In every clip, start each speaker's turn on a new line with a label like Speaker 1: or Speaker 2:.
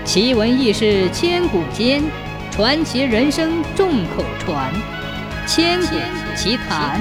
Speaker 1: 奇闻异事千古间，传奇人生众口传。千古奇谈。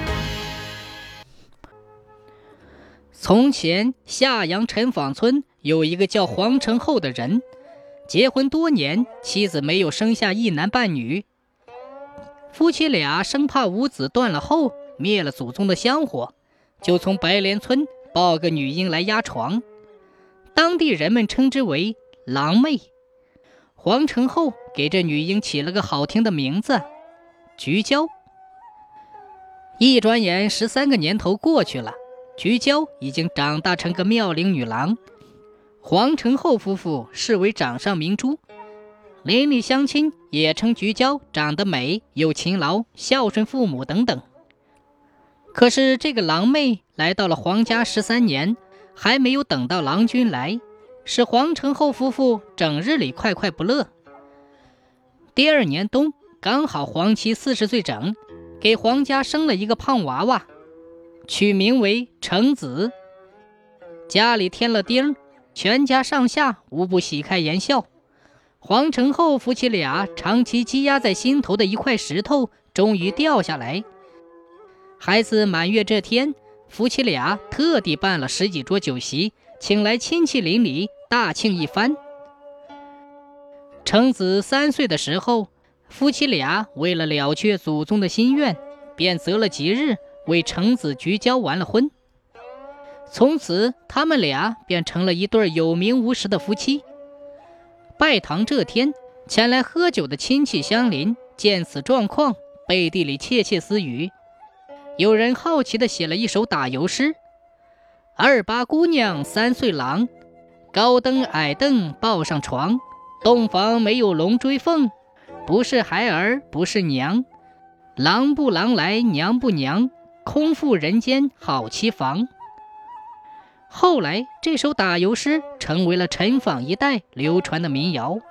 Speaker 1: 从前夏阳陈坊村有一个叫黄成厚的人，结婚多年，妻子没有生下一男半女。夫妻俩生怕五子断了后灭了祖宗的香火，就从白莲村抱个女婴来压床，当地人们称之为狼妹。黄成厚给这女婴起了个好听的名字，菊娇。一转眼13个年头过去了，菊娇已经长大成个妙龄女郎。黄成厚夫妇视为掌上明珠，邻里乡亲也称菊娇长得美，又勤劳，孝顺父母等等。可是这个狼妹来到了黄家13年，还没有等到郎君来，使黄成厚夫妇整日里快快不乐。第二年冬，刚好黄妻40岁整，给黄家生了一个胖娃娃，取名为成子。家里添了丁，全家上下无不喜开颜笑。黄成厚夫妻俩长期积压在心头的一块石头终于掉下来。孩子满月这天，夫妻俩特地办了10几桌酒席，请来亲戚邻里大庆一番。成子3岁的时候，夫妻俩为了了却祖宗的心愿，便择了吉日为成子菊娇完了婚。从此他们俩便成了一对有名无实的夫妻。拜堂这天，前来喝酒的亲戚乡邻见此状况，背地里窃窃私语。有人好奇地写了一首打油诗：28姑娘3岁郎，高登矮凳抱上床，洞房没有龙追凤，不是孩儿不是娘，郎不郎来娘不娘，空负人间好妻房。后来这首打油诗成为了陈坊一带流传的民谣。